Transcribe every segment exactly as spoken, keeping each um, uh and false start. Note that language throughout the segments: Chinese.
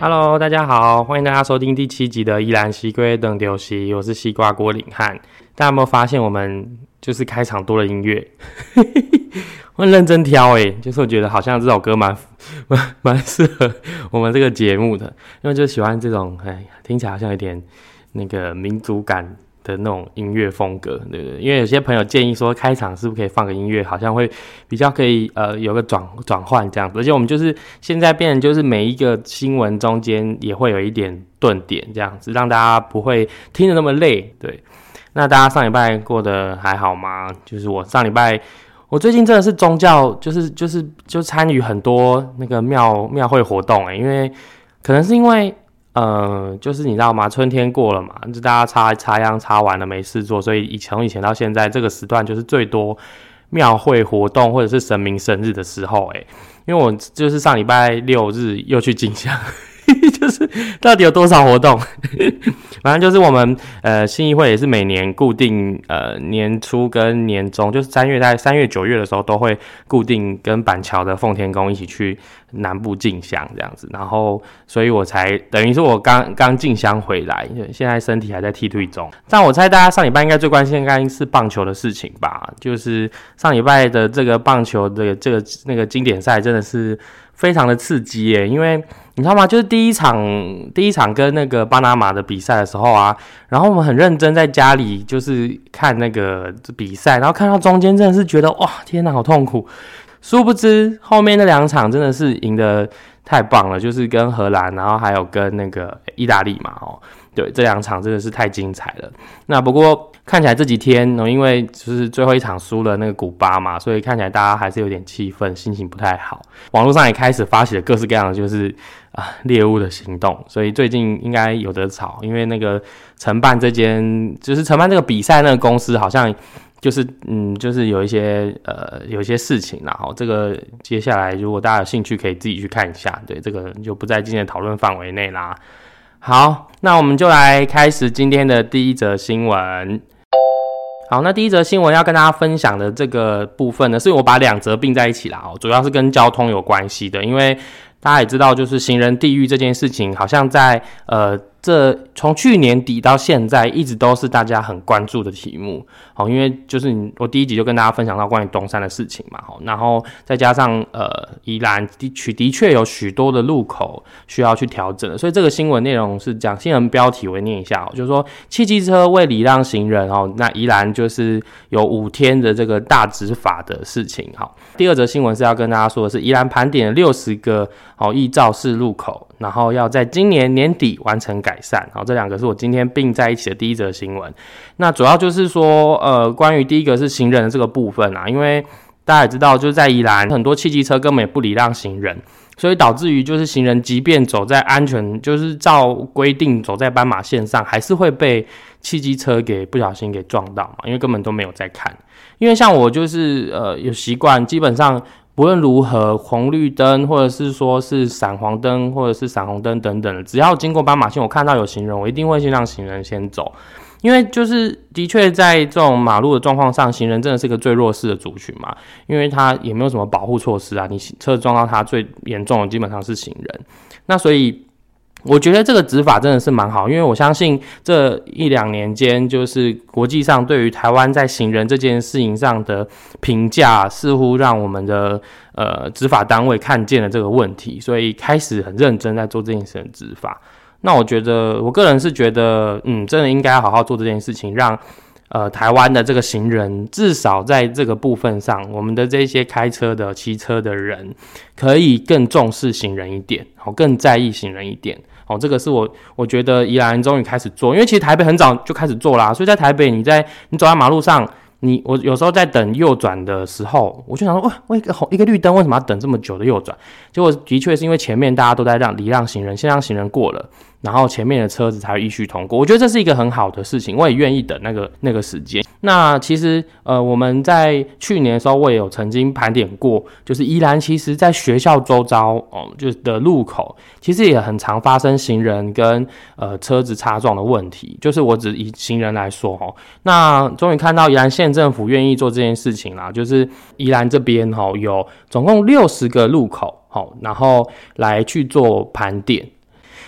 Hello， 大家好，欢迎大家收听第七集的宜兰西龟等丢西，我是西瓜锅领汉。大家有没有发现我们就是开场多了音乐？我很认真挑诶，就是我觉得好像这首歌蛮蛮蛮适合我们这个节目的，因为就喜欢这种哎听起来好像有点那个民族感的那种音乐风格，对不对？因为有些朋友建议说开场是不是可以放个音乐，好像会比较可以呃有个转转换这样子，而且我们就是现在变成就是每一个新闻中间也会有一点顿点这样子，让大家不会听得那么累。对，那大家上礼拜过得还好吗？就是我上礼拜，我最近真的是宗教，就是就是就参与很多那个庙庙会活动诶、欸，因为可能是因为。呃，就是你知道吗？春天过了嘛，就大家插插秧插完了没事做，所以以从以前到现在这个时段就是最多庙会活动或者是神明生日的时候，诶，因为我就是上礼拜六日又去进香，就是到底有多少活动？反正就是我们呃信义会也是每年固定呃年初跟年中，就是三月在三月九月的时候都会固定跟板桥的奉天宫一起去南部进香这样子，然后所以我才等于是我刚刚进香回来，现在身体还在剃退中。但我猜大家上礼拜应该最关心应该是棒球的事情吧，就是上礼拜的这个棒球的这个那个经典赛真的是非常的刺激耶，因为你知道吗？就是第一场第一场跟那个巴拿马的比赛的时候啊，然后我们很认真在家里就是看那个比赛，然后看到中间真的是觉得哇，天哪，好痛苦。殊不知后面那两场真的是赢得太棒了，就是跟荷兰，然后还有跟那个意大利嘛，哦，对，这两场真的是太精彩了。那不过看起来这几天，因为就是最后一场输了那个古巴嘛，所以看起来大家还是有点气愤，心情不太好。网络上也开始发起了各式各样的就是啊猎物的行动，所以最近应该有得吵，因为那个承办这间就是承办这个比赛那个公司好像。就是嗯，就是有一些呃有一些事情啦，齁，这个接下来如果大家有兴趣可以自己去看一下，对，这个就不在今天的讨论范围内啦。好，那我们就来开始今天的第一则新闻。好，那第一则新闻要跟大家分享的这个部分呢，是我把两则并在一起啦，主要是跟交通有关系的，因为大家也知道，就是行人地狱这件事情，好像在呃。这从去年底到现在一直都是大家很关注的题目，好，因为就是我第一集就跟大家分享到关于东山的事情嘛，好，然后再加上呃宜兰的的确有许多的路口需要去调整的，所以这个新闻内容是讲新闻标题我念一下，就是说汽机车未礼让行人，哦，那宜兰就是有五天的这个大执法的事情，好，第二则新闻是要跟大家说的是宜兰盘点了六十个好易肇事路口，然后要在今年年底完成改善，好，这两个是我今天并在一起的第一则新闻。那主要就是说，呃，关于第一个是行人的这个部分啊，因为大家也知道，就是在宜兰很多汽机车根本也不礼让行人，所以导致于就是行人即便走在安全，就是照规定走在斑马线上，还是会被汽机车给不小心给撞到嘛，因为根本都没有在看。因为像我就是呃有习惯，基本上。不论如何，红绿灯或者是说是闪黄灯或者是闪红灯等等的，只要经过斑马线，我看到有行人，我一定会先让行人先走，因为就是的确在这种马路的状况上，行人真的是个最弱势的族群嘛，因为他也没有什么保护措施啊，你车撞到他最严重的基本上是行人，那所以。我觉得这个执法真的是蛮好，因为我相信这一两年间，就是国际上对于台湾在行人这件事情上的评价，似乎让我们的呃执法单位看见了这个问题，所以开始很认真在做这件事的执法。那我觉得，我个人是觉得，嗯，真的应该好好做这件事情，让呃台湾的这个行人至少在这个部分上，我们的这些开车的、骑车的人，可以更重视行人一点，好，更在意行人一点。哦，这个是我我觉得宜兰终于开始做，因为其实台北很早就开始做啦，所以在台北你在你走在马路上，你我有时候在等右转的时候，我就想说，哇，我一个红一个绿灯为什么要等这么久的右转？结果的确是因为前面大家都在让礼让行人，先让行人过了，然后前面的车子才会依序通过。我觉得这是一个很好的事情，我也愿意等那个那个时间。那其实呃我们在去年的时候，我也有曾经盘点过，就是宜兰其实在学校周遭哦，就是的路口，其实也很常发生行人跟呃车子擦撞的问题。就是我只以行人来说哦，那终于看到宜兰县政府愿意做这件事情啦，就是宜兰这边哦有总共六十个路口，然后来去做盘点。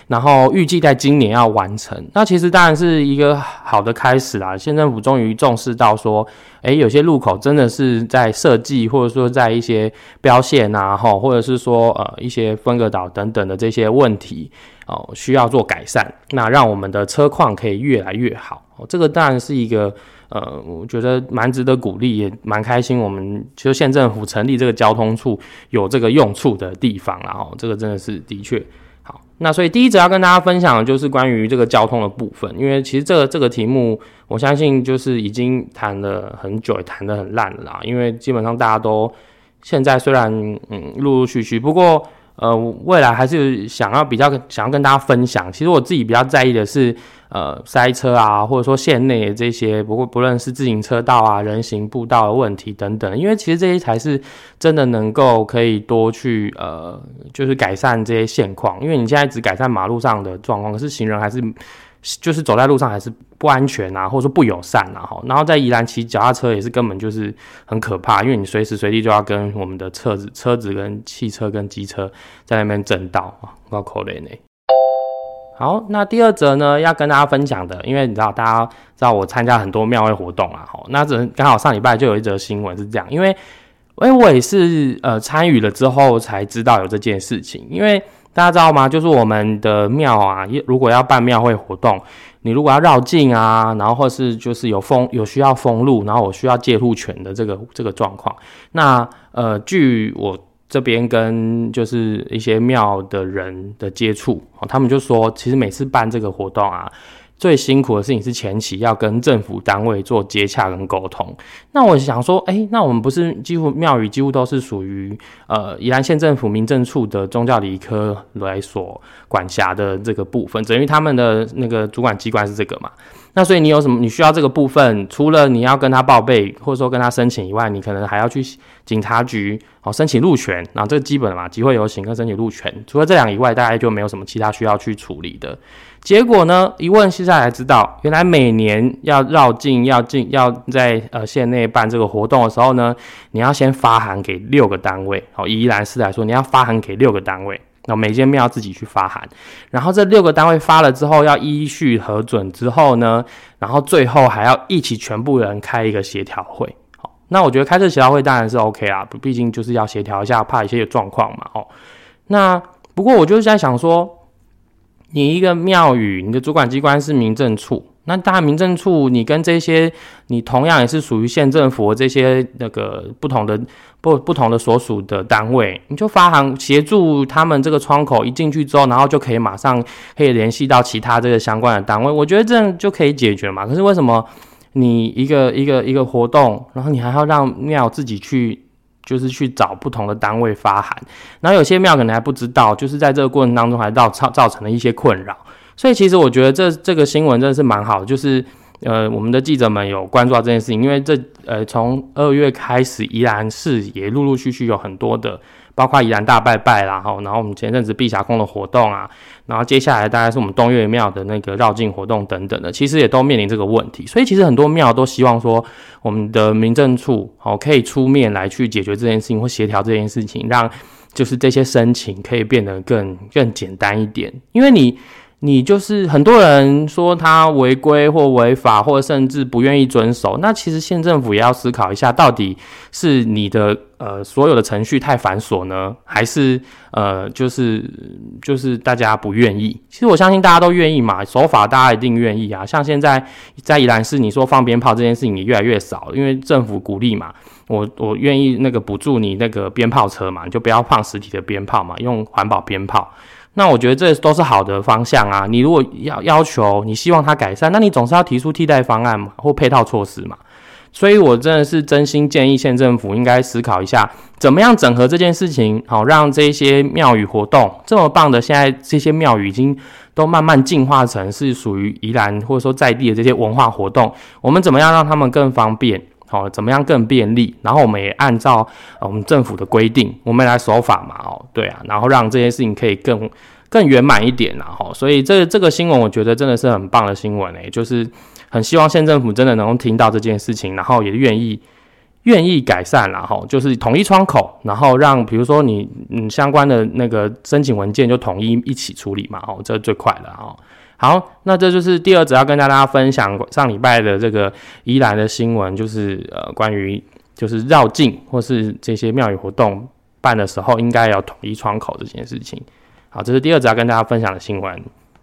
然后预计在今年要完成。那其实当然是一个好的开始啦，县政府终于重视到说，诶，有些路口真的是在设计或者说在一些标线啊，或者是说呃一些分隔岛等等的这些问题哦，需要做改善，那让我们的车况可以越来越好。哦，这个当然是一个呃，我觉得蛮值得鼓励，也蛮开心。我们就县政府成立这个交通处有这个用处的地方啦，哦，这个真的是的确好。那所以第一则要跟大家分享的就是关于这个交通的部分，因为其实这个这个题目，我相信就是已经谈了很久，也谈得很烂了啦。因为基本上大家都现在虽然嗯陆陆续续，不过呃未来还是想要比较想要跟大家分享。其实我自己比较在意的是。呃，塞车啊，或者说县内的这些，不过不论是自行车道啊、人行步道的问题等等，因为其实这些才是真的能够可以多去呃，就是改善这些现况。因为你现在只改善马路上的状况，可是行人还是就是走在路上还是不安全啊，或者说不友善啊。然后在宜兰骑脚踏车也是根本就是很可怕，因为你随时随地就要跟我们的车子、车子跟汽车跟机车在那边争道啊，我可怜呢。好，那第二则呢，要跟大家分享的，因为你知道，大家知道我参加很多庙会活动啊，那刚好上礼拜就有一则新闻是这样，因为，因为我也是呃参与了之后才知道有这件事情，因为大家知道吗？就是我们的庙啊，如果要办庙会活动，你如果要绕境啊，然后或是就是有封有需要封路，然后我需要介入权的这个这个状况，那呃，据我。这边跟就是一些庙的人的接触，他们就说，其实每次办这个活动啊，最辛苦的事情是前期要跟政府单位做接洽跟沟通。那我想说，哎，那我们不是几乎庙宇几乎都是属于呃宜兰县政府民政处的宗教礼仪科来所管辖的这个部分，等于他们的那个主管机关是这个嘛。那所以你有什么你需要这个部分，除了你要跟他报备或者说跟他申请以外，你可能还要去警察局哦申请路权，然后这个基本的嘛，集会游行跟申请路权，除了这两以外，大概就没有什么其他需要去处理的。结果呢，一问现在才知道，原来每年要绕境要进要在呃县内办这个活动的时候呢，你要先发函给六个单位，好，以宜兰市来说，你要发函给六个单位。那每间庙自己去发函，然后这六个单位发了之后，要依序核准之后呢，然后最后还要一起全部人开一个协调会。好，那我觉得开这协调会当然是 OK 啦，毕竟就是要协调一下，怕一些有状况嘛。哦，那不过我就是在想说，你一个庙宇，你的主管机关是民政处。那当然，民政处你跟这些，你同样也是属于县政府的这些那个不同的不不同的所属的单位，你就发函协助他们这个窗口一进去之后，然后就可以马上可以联系到其他这个相关的单位，我觉得这样就可以解决嘛。可是为什么你一个一个一个活动，然后你还要让庙自己去？就是去找不同的单位发函，然后有些庙可能还不知道，就是在这个过程当中还造造成了一些困扰。所以其实我觉得这这个新闻真的是蛮好的，就是呃我们的记者们有关注到这件事情，因为这呃从二月开始，宜兰市也陆陆续续有很多的，包括宜兰大拜拜啦，然后我们前阵子碧霞宫的活动啊，然后接下来大概是我们东岳庙的那个绕境活动等等的，其实也都面临这个问题。所以其实很多庙都希望说，我们的民政处哦可以出面来去解决这件事情或协调这件事情，让就是这些申请可以变得更更简单一点，因为你。你就是很多人说他违规或违法，或者甚至不愿意遵守，那其实县政府也要思考一下，到底是你的呃所有的程序太繁琐呢，还是呃就是就是大家不愿意？其实我相信大家都愿意嘛，守法大家一定愿意啊。像现在在宜兰市，你说放鞭炮这件事情也越来越少，因为政府鼓励嘛，我我愿意那个补助你那个鞭炮车嘛，你就不要放实体的鞭炮嘛，用环保鞭炮。那我觉得这都是好的方向啊！你如果要要求，你希望它改善，那你总是要提出替代方案嘛，或配套措施嘛。所以我真的是真心建议县政府应该思考一下，怎么样整合这件事情，好让这些庙宇活动这么棒的，现在这些庙宇已经都慢慢进化成是属于宜兰或者说在地的这些文化活动，我们怎么样让他们更方便？好，怎么样更便利？然后我们也按照、呃、我们政府的规定，我们来守法嘛，哦，对啊，然后让这些事情可以更更圆满一点啦，吼，所以这这个新闻我觉得真的是很棒的新闻诶，就是很希望县政府真的能够听到这件事情，然后也愿意愿意改善啦，齁，就是统一窗口，然后让比如说你嗯相关的那个申请文件就统一一起处理嘛，齁，这最快了齁。好，那这就是第二则要跟大家分享上礼拜的这个宜兰的新闻，就是呃关于就是绕境或是这些庙宇活动办的时候应该要统一窗口这件事情。好，这是第二则要跟大家分享的新闻。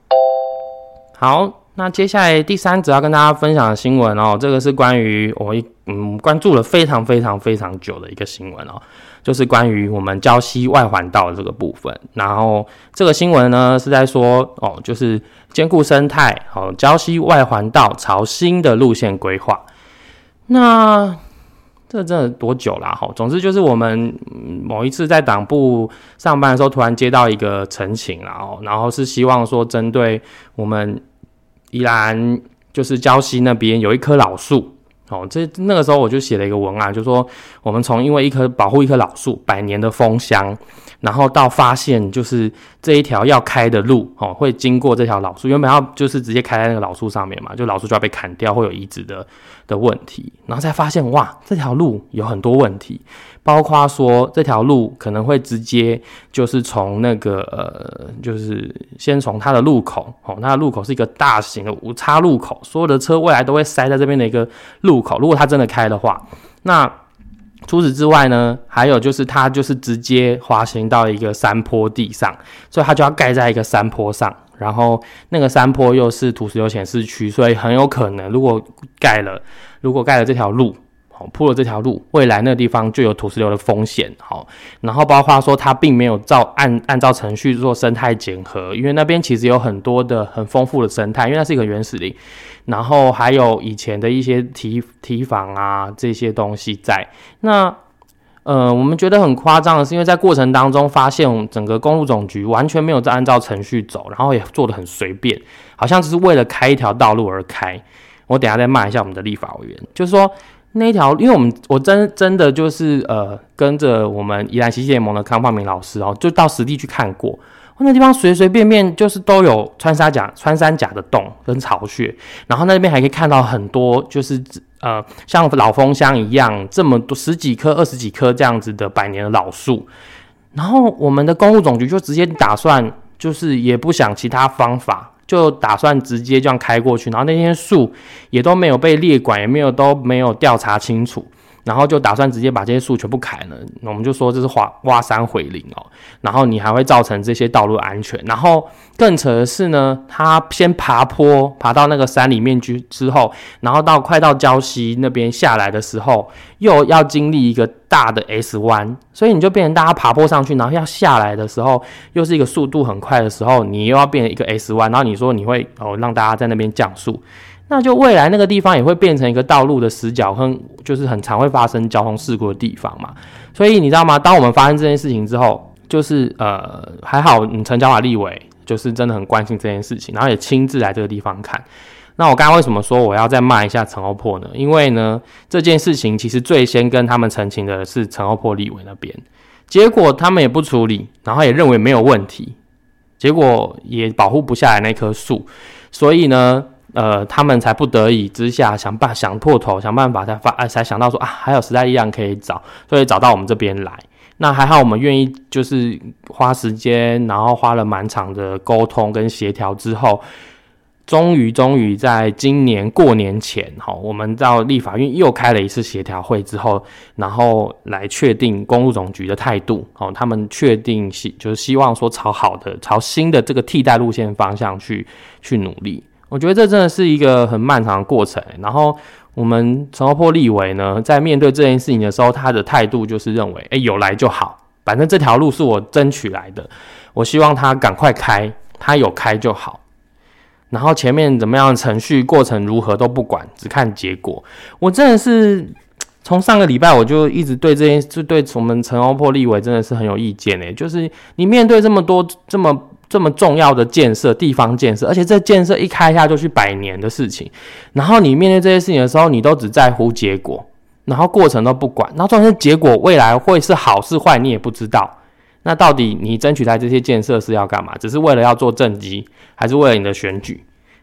好，那接下来第三则要跟大家分享的新闻哦，这个是关于我嗯关注了非常非常非常久的一个新闻哦，就是关于我们礁溪外环道的这个部分。然后这个新闻呢是在说哦，就是兼顾生态，哦，礁溪外环道朝新的路线规划。那这真的多久啦？齁，总之就是我们某一次在党部上班的时候，突然接到一个陈情啦，然后是希望说针对我们宜兰就是礁溪那边有一棵老树。哦，这那个时候我就写了一个文案，就说我们从因为一棵保护一棵老树百年的枫香，然后到发现就是这一条要开的路哦，会经过这条老树，原本要就是直接开在那个老树上面嘛，就老树就要被砍掉，会有移植的的问题，然后才发现哇，这条路有很多问题，包括说这条路可能会直接就是从那个呃，就是先从它的路口哦，它的路口是一个大型的五叉路口，所有的车未来都会塞在这边的一个路口，如果它真的开的话，那除此之外呢，还有就是它就是直接滑行到一个山坡地上，所以它就要盖在一个山坡上，然后那个山坡又是土石流显示区，所以很有可能如果盖了如果盖了这条路铺了这条路，未来那个地方就有土石流的风险。好，然后包括说它并没有照按按照程序做生态检核，因为那边其实有很多的很丰富的生态，因为那是一个原始林，然后还有以前的一些堤堤防啊这些东西在。那呃，我们觉得很夸张的是，因为在过程当中发现整个公路总局完全没有在按照程序走，然后也做得很随便，好像只是为了开一条道路而开。我等一下再骂一下我们的立法委员，就是说。那一条，因为我们我真真的就是呃跟着我们宜兰溪溪联盟的康胖明老师哦，就到实地去看过，那地方随随便便就是都有穿山甲穿山甲的洞跟巢穴，然后那边还可以看到很多就是呃像老枫香一样这么多十几棵二十几棵这样子的百年的老树，然后我们的公路总局就直接打算就是也不想其他方法。就打算直接这样开过去，然后那些树也都没有被列管，也没有都没有调查清楚，然后就打算直接把这些树全部砍了。我们就说这是挖挖山毁林哦，然后你还会造成这些道路安全。然后更扯的是呢，他先爬坡爬到那个山里面去之后，然后到快到礁溪那边下来的时候，又要经历一个大的 S 弯，所以你就变成大家爬坡上去，然后要下来的时候，又是一个速度很快的时候，你又要变成一个 S 弯，然后你说你会哦让大家在那边降速。那就未来那个地方也会变成一个道路的死角，很就是很常会发生交通事故的地方嘛。所以你知道吗？当我们发生这件事情之后，就是呃还好，你陈嘉华立委就是真的很关心这件事情，然后也亲自来这个地方看。那我刚刚为什么说我要再骂一下陈欧珀呢？因为呢这件事情其实最先跟他们澄清的是陈欧珀立委那边，结果他们也不处理，然后也认为没有问题，结果也保护不下来那棵树，所以呢。呃，他们才不得已之下想办想破头想办法才发、啊、才想到说啊，还有时代力量可以找，所以找到我们这边来。那还好我们愿意就是花时间，然后花了蛮长的沟通跟协调之后，终于终于在今年过年前，齁，我们到立法院又开了一次协调会之后，然后来确定公路总局的态度，齁，他们确定就是希望说朝好的朝新的这个替代路线方向去去努力。我觉得这真的是一个很漫长的过程，然后我们陈欧珀立委呢，在面对这件事情的时候，他的态度就是认为，哎，有来就好，反正这条路是我争取来的，我希望他赶快开，他有开就好，然后前面怎么样的程序过程如何都不管，只看结果。我真的是从上个礼拜我就一直对这件，就对我们陈欧珀立委真的是很有意见诶，就是你面对这么多这么。这么重要的建设，地方建设，而且这建设一开下就去百年的事情，然后你面对这些事情的时候，你都只在乎结果，然后过程都不管，然后重点是结果未来会是好是坏你也不知道，那到底你争取来这些建设是要干嘛？只是为了要做政绩，还是为了你的选举？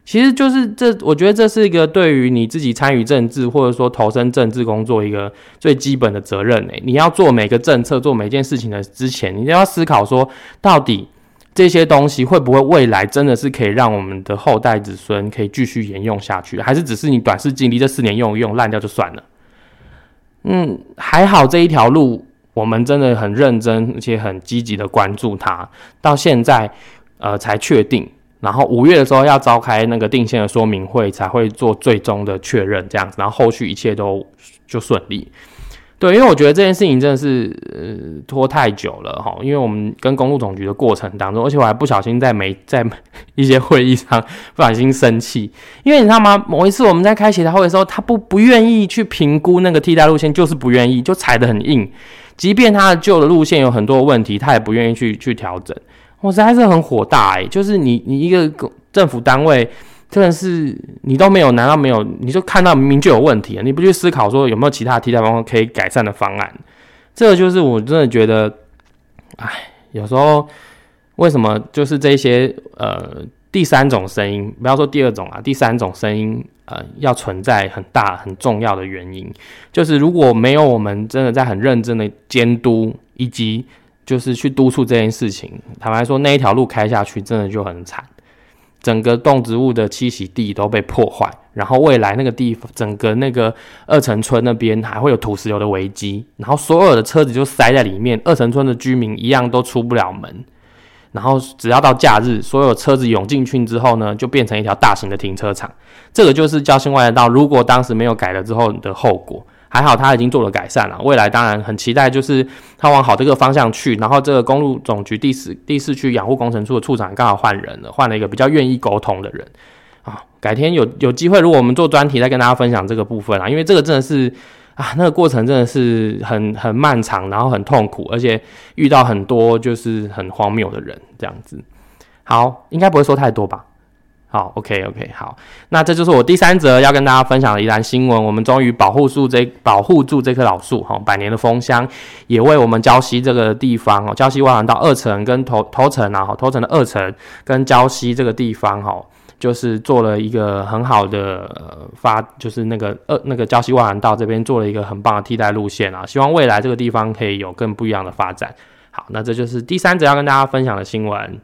其实就是这，我觉得这是一个对于你自己参与政治或者说投身政治工作一个最基本的责任欸。你要做每个政策、做每件事情的之前，你要思考说，到底这些东西会不会未来真的是可以让我们的后代子孙可以继续沿用下去，还是只是你短视近利，这四年用一用烂掉就算了。嗯，还好这一条路我们真的很认真而且很积极的关注它，到现在呃才确定。然后五月的时候要召开那个定线的说明会，才会做最终的确认，这样子，然后后续一切都就顺利。对，因为我觉得这件事情真的是呃拖太久了哈，因为我们跟公路总局的过程当中，而且我还不小心在没在一些会议上不小心生气，因为你知道吗？某一次我们在开协调会的时候，他不不愿意去评估那个替代路线，就是不愿意，就踩得很硬，即便他的旧的路线有很多问题，他也不愿意去去调整。我实在是很火大欸，就是你你一个政府单位，真的是你都没有，难道没有？你就看到明明就有问题了，你不去思考说有没有其他的替代方法可以改善的方案？这个就是我真的觉得，哎，有时候为什么就是这些呃第三种声音，不要说第二种啊，第三种声音呃要存在很大很重要的原因，就是如果没有我们真的在很认真的监督以及就是去督促这件事情，坦白说那一条路开下去真的就很惨，整个动植物的栖息地都被破坏，然后未来那个地方整个那个二层村那边还会有土石流的危机，然后所有的车子就塞在里面，二层村的居民一样都出不了门，然后只要到假日所有车子涌进去之后呢，就变成一条大型的停车场。这个就是交心外的道如果当时没有改了之后的后果。还好他已经做了改善了，未来当然很期待，就是他往好这个方向去。然后这个公路总局第四第四区养护工程处的处长刚好换人了，换了一个比较愿意沟通的人啊。改天有有机会，如果我们做专题再跟大家分享这个部分啊，因为这个真的是啊，那个过程真的是很很漫长，然后很痛苦，而且遇到很多就是很荒谬的人这样子。好，应该不会说太多吧。好 ，OK OK， 好，那这就是我第三则要跟大家分享的宜兰新闻。我们终于保护住这保护住这棵老树，哈，百年的枫香，也为我们礁溪这个地方，哦，礁溪外环道二层跟头头城啊，头城的二层跟礁溪这个地方，哈，就是做了一个很好的呃发，就是那个呃那个礁溪外环道这边做了一个很棒的替代路线啊，希望未来这个地方可以有更不一样的发展。好，那这就是第三则要跟大家分享的新闻。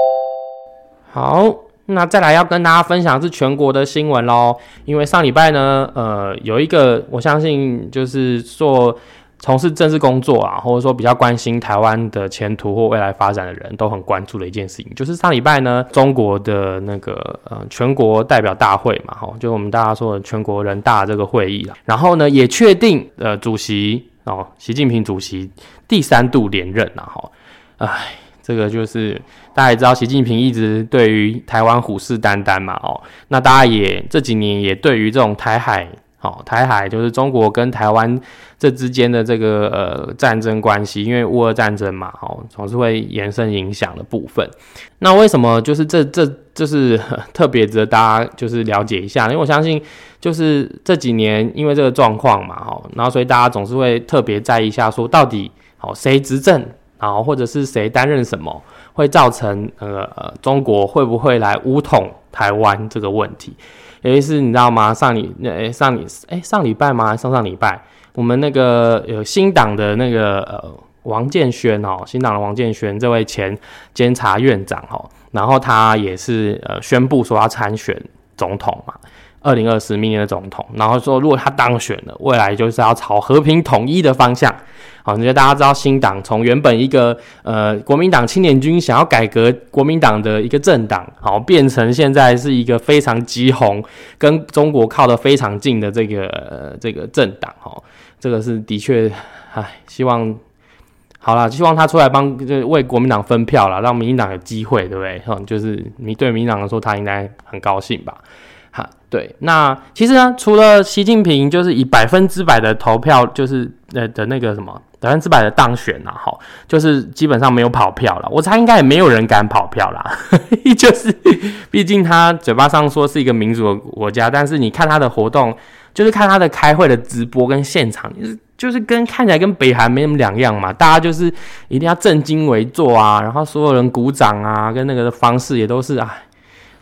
好。那再来要跟大家分享的是全国的新闻咯，因为上礼拜呢，呃，有一个我相信就是做从事政治工作啊，或者说比较关心台湾的前途或未来发展的人都很关注的一件事情，就是上礼拜呢，中国的那个呃全国代表大会嘛，齁，就我们大家说的全国人大这个会议啦，然后呢也确定呃主席哦，习近平主席第三度连任啦，齁，唉。这个就是大家也知道，习近平一直对于台湾虎视眈眈嘛，哦，那大家也这几年也对于这种台海，哦，台海就是中国跟台湾这之间的这个呃战争关系，因为乌俄战争嘛，哦，总是会延伸影响的部分。那为什么就是这这就是特别值得大家就是了解一下？因为我相信就是这几年因为这个状况嘛，哦，然后所以大家总是会特别在意一下，说到底，好，谁执政？然后或者是谁担任什么，会造成呃呃中国会不会来武统台湾这个问题？尤其是你知道吗？上礼诶上礼诶上礼拜吗？上上礼拜我们那个有新党的那个呃王建煊哦，新党的王建煊这位前监察院长哦，然后他也是呃宣布说要参选总统嘛。二零二四明年的总统，然后说如果他当选了，未来就是要朝和平统一的方向。好，你觉得大家知道新党从原本一个呃国民党青年军想要改革国民党的一个政党，好，变成现在是一个非常激红，跟中国靠得非常近的这个、呃、这个政党，哈，这个是的确，唉，希望好啦，希望他出来帮就是为国民党分票啦，让民进党有机会，对不对？哈，就是你对民进党来说，他应该很高兴吧。哈，对，那其实呢，除了习近平就是以百分之百的投票，就是呃的那个什么百分之百的当选啦，哈，就是基本上没有跑票啦。我猜应该也没有人敢跑票啦，就是毕竟他嘴巴上说是一个民主的国家，但是你看他的活动，就是看他的开会的直播跟现场，就是就是跟看起来跟北韩没什么两样嘛，大家就是一定要正襟危坐啊，然后所有人鼓掌啊，跟那个的方式也都是啊。啊，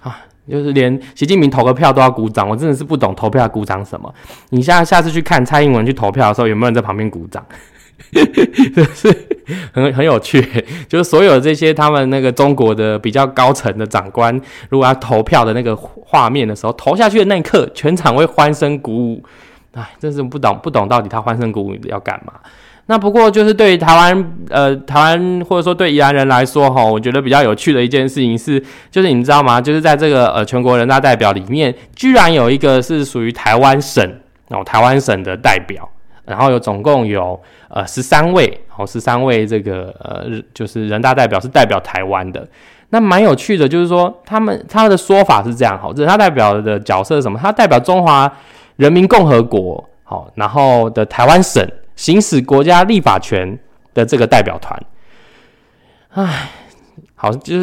就是连习近平投个票都要鼓掌，我真的是不懂投票鼓掌什么。你下下次去看蔡英文去投票的时候，有没有人在旁边鼓掌？就是很很有趣，就是所有这些他们那个中国的比较高层的长官，如果要投票的那个画面的时候，投下去的那一刻，全场会欢声鼓舞。哎，真是不懂不懂到底他欢声鼓舞要干嘛？那不过就是对于台湾呃台湾或者说对宜兰人来说齁，我觉得比较有趣的一件事情是，就是你知道吗？就是在这个呃全国人大代表里面，居然有一个是属于台湾省哦台湾省的代表，然后有总共有呃十三位哦十三位这个呃就是人大代表是代表台湾的。那蛮有趣的，就是说他们他们的说法是这样齁，人大代表的角色是什么？他代表中华人民共和国好，然后的台湾省。行使国家立法权的这个代表团，唉，好，就是，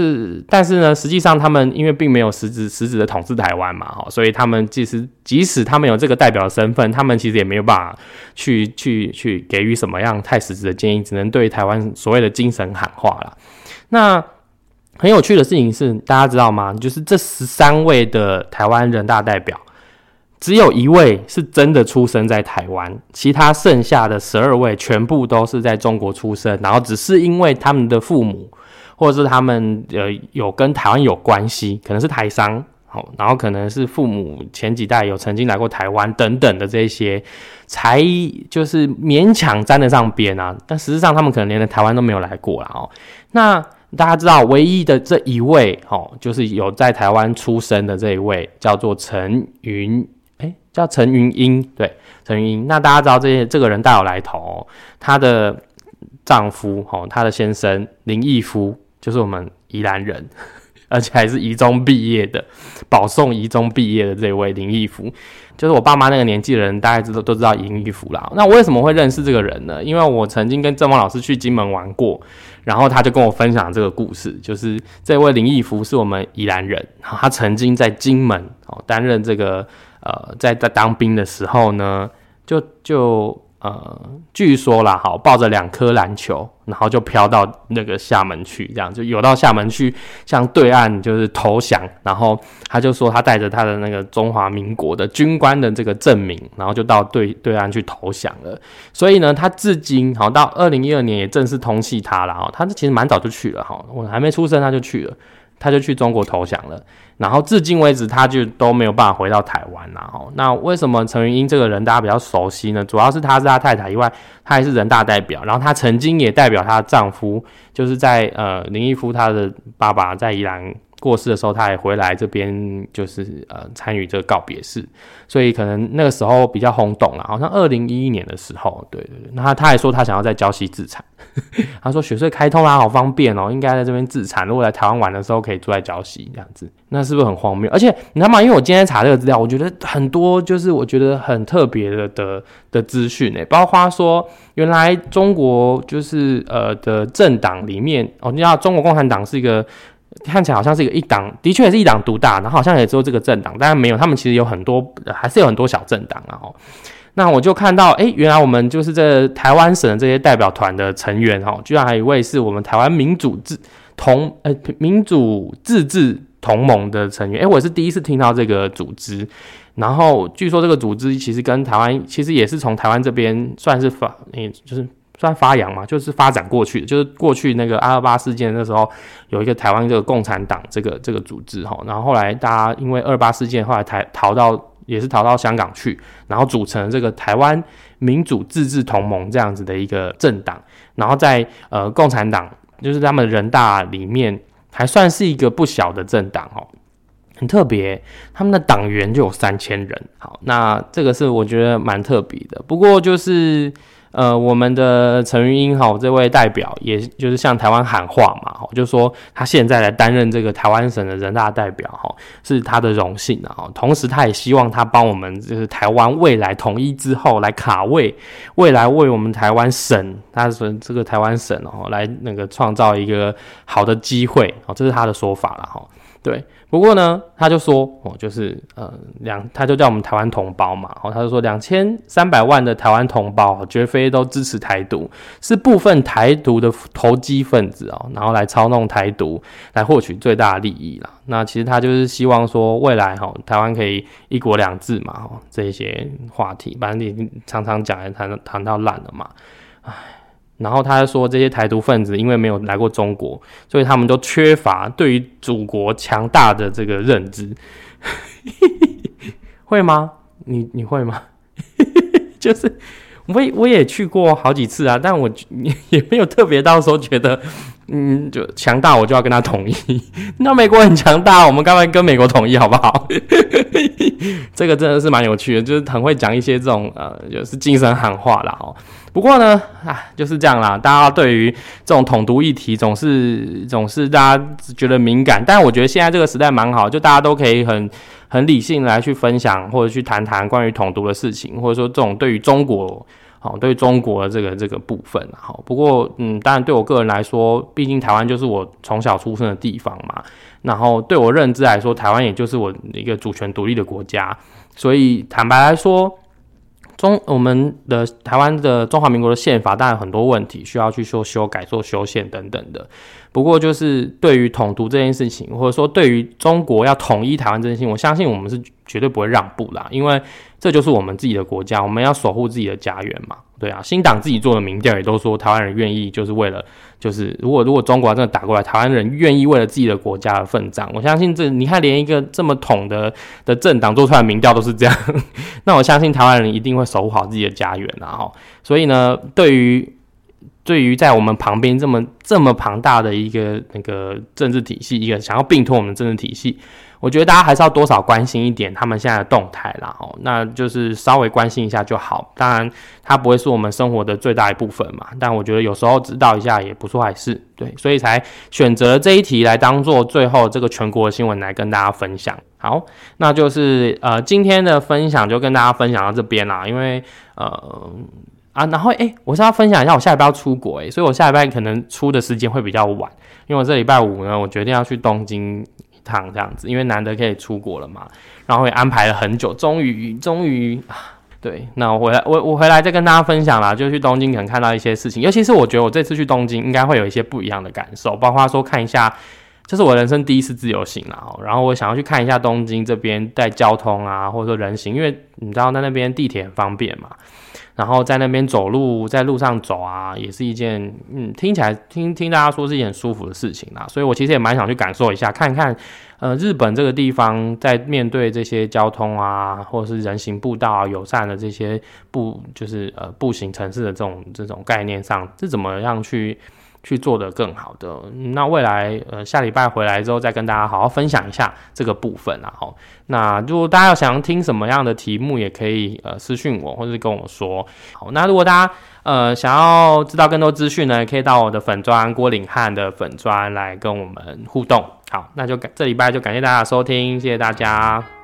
但是呢，实际上他们因为并没有实质实质的统治台湾嘛，所以他们即使即使他们有这个代表的身份，他们其实也没有办法去去去给予什么样太实质的建议，只能对台湾所谓的精神喊话啦。那很有趣的事情是，大家知道吗？就是这十三位的台湾人大代表。只有一位是真的出生在台湾，其他剩下的十二位全部都是在中国出生，然后只是因为他们的父母或者是他们呃有跟台湾有关系，可能是台商，好，然后可能是父母前几代有曾经来过台湾等等的这些，才就是勉强沾得上边啊。但实际上他们可能连台湾都没有来过啦哦。那大家知道唯一的这一位哦，就是有在台湾出生的这一位叫做陈云。欸、叫陈云英，对，陈云英。那大家知道这些这个人大有来头哦，她的丈夫哦，她的先生林义夫，就是我们宜兰人，而且还是宜中毕业的，保送宜中毕业的这位林义夫，就是我爸妈那个年纪的人，大概知道都知道林义夫啦。那我为什么会认识这个人呢？因为我曾经跟郑峰老师去金门玩过，然后他就跟我分享这个故事，就是这位林义夫是我们宜兰人，然后他曾经在金门哦担任这个。呃，在在当兵的时候呢，就就呃，据说啦，好，抱着两颗篮球，然后就飘到那个厦门去，这样就游到厦门去，向对岸就是投降。然后他就说他带着他的那个中华民国的军官的这个证明，然后就到对对岸去投降了。所以呢，他至今好到二零一二年也正式通缉他了哈，他其实蛮早就去了哈，我还没出生他就去了。他就去中国投降了，然后至今为止他就都没有办法回到台湾啦。那为什么陈云英这个人大家比较熟悉呢？主要是他是他太太以外，他还是人大代表，然后他曾经也代表他的丈夫，就是在呃林义夫他的爸爸在宜兰过世的时候，他也回来这边就是呃参与这个告别式，所以可能那个时候比较轰动啦，好像二零一一年的时候，对对对，那他他还说他想要在礁溪自产。他说雪隧开通啦，好方便哦，应该在这边自产。如果来台湾玩的时候，可以住在礁溪这样子，那是不是很荒谬？而且你知道吗？因为我今天查这个资料，我觉得很多就是我觉得很特别的的的资讯诶，包括说原来中国就是呃的政党里面哦，你知道中国共产党是一个看起来好像是一个一党，的确也是一党独大，然后好像也只有这个政党，但是没有，他们其实有很多，还是有很多小政党啊哦。那我就看到，哎、欸，原来我们就是这台湾省的这些代表团的成员哈，居然还有一位是我们台湾民主自同呃民主自治同盟的成员，哎、欸，我是第一次听到这个组织。然后据说这个组织其实跟台湾其实也是从台湾这边算是发，欸、就是算发扬嘛，就是发展过去的，就是过去那个二二八事件的时候，有一个台湾这个共产党这个这个组织哈，然后后来大家因为二二八事件，后来台逃到。也是逃到香港去，然后组成这个台湾民主自治同盟这样子的一个政党，然后在呃共产党就是他们人大里面还算是一个不小的政党哦，很特别，他们的党员就有三千人。好，那这个是我觉得蛮特别的。不过就是呃，我们的陈云英哈这位代表，也就是向台湾喊话嘛，就说他现在来担任这个台湾省的人大代表哈，是他的荣幸啊。同时，他也希望他帮我们就是台湾未来统一之后来卡位，未来为我们台湾省，他说这个台湾省哦，来那个创造一个好的机会哦，这是他的说法啦哈。 对，不过呢，他就说哦，就是呃两，他就叫我们台湾同胞嘛，哦，他就说两千三百万的台湾同胞绝非都支持台独，是部分台独的投机分子哦，然后来操弄台独，来获取最大的利益啦。那其实他就是希望说未来哈、哦，台湾可以一国两制嘛，哦，这一些话题，反正你常常讲，谈谈到烂了嘛，唉。然后他说，这些台独分子因为没有来过中国，所以他们都缺乏对于祖国强大的这个认知。会吗？你你会吗？就是我我也去过好几次啊，但我也没有特别到时候觉得，嗯，就强大我就要跟他统一。那美国很强大，我们干嘛跟美国统一好不好？这个真的是蛮有趣的，就是很会讲一些这种呃，就是精神喊话啦哦。不过呢，啊，就是这样啦。大家对于这种统独议题总是总是大家觉得敏感，但我觉得现在这个时代蛮好，就大家都可以很很理性来去分享或者去谈谈关于统独的事情，或者说这种对于中国，好、哦，对于中国的这个这个部分，好。不过，嗯，当然对我个人来说，毕竟台湾就是我从小出生的地方嘛，然后对我认知来说，台湾也就是我一个主权独立的国家，所以坦白来说。中我们的台湾的中华民国的宪法当然很多问题需要去做修改、做修宪等等的。不过就是对于统独这件事情，或者说对于中国要统一台湾这件事情，我相信我们是绝对不会让步啦，因为这就是我们自己的国家，我们要守护自己的家园嘛。对啊，新党自己做的民调也都说，台湾人愿意就是为了，就是如果如果中国真的打过来，台湾人愿意为了自己的国家而奋战。我相信这，你看连一个这么统的的政党做出来的民调都是这样，那我相信台湾人一定会守护好自己的家园啊！哈，所以呢，对于对于在我们旁边这么这么庞大的一个那个政治体系，一个想要并吞我们的政治体系。我觉得大家还是要多少关心一点他们现在的动态啦，哦，那就是稍微关心一下就好。当然，它不会是我们生活的最大一部分嘛，但我觉得有时候知道一下也不错坏事，对，所以才选择了这一题来当做最后这个全国的新闻来跟大家分享。好，那就是呃今天的分享就跟大家分享到这边啦，因为呃。啊，然后诶、欸，我是要分享一下我下礼拜要出国诶、欸，所以我下礼拜可能出的时间会比较晚，因为我这礼拜五呢，我决定要去东京一趟这样子，因为难得可以出国了嘛，然后也安排了很久，终于终于啊，对，那我回来我我回来再跟大家分享啦，就去东京可能看到一些事情，尤其是我觉得我这次去东京应该会有一些不一样的感受，包括说看一下。这是我人生第一次自由行啦，然后我想要去看一下东京这边在交通啊，或者说人行，因为你知道在那边地铁很方便嘛，然后在那边走路，在路上走啊，也是一件嗯听起来听听大家说是一件很舒服的事情啦，所以我其实也蛮想去感受一下，看看呃日本这个地方在面对这些交通啊，或者是人行步道啊友善的这些步就是呃步行城市的这种这种概念上是怎么样去。去做得更好的，那未来呃下礼拜回来之后再跟大家好好分享一下这个部分啦。齁，那如果大家有想要听什么样的题目，也可以呃私讯我或者是跟我说。好，那如果大家呃想要知道更多资讯呢，可以到我的粉专郭领汉的粉专来跟我们互动。好，那就这礼拜就感谢大家的收听，谢谢大家。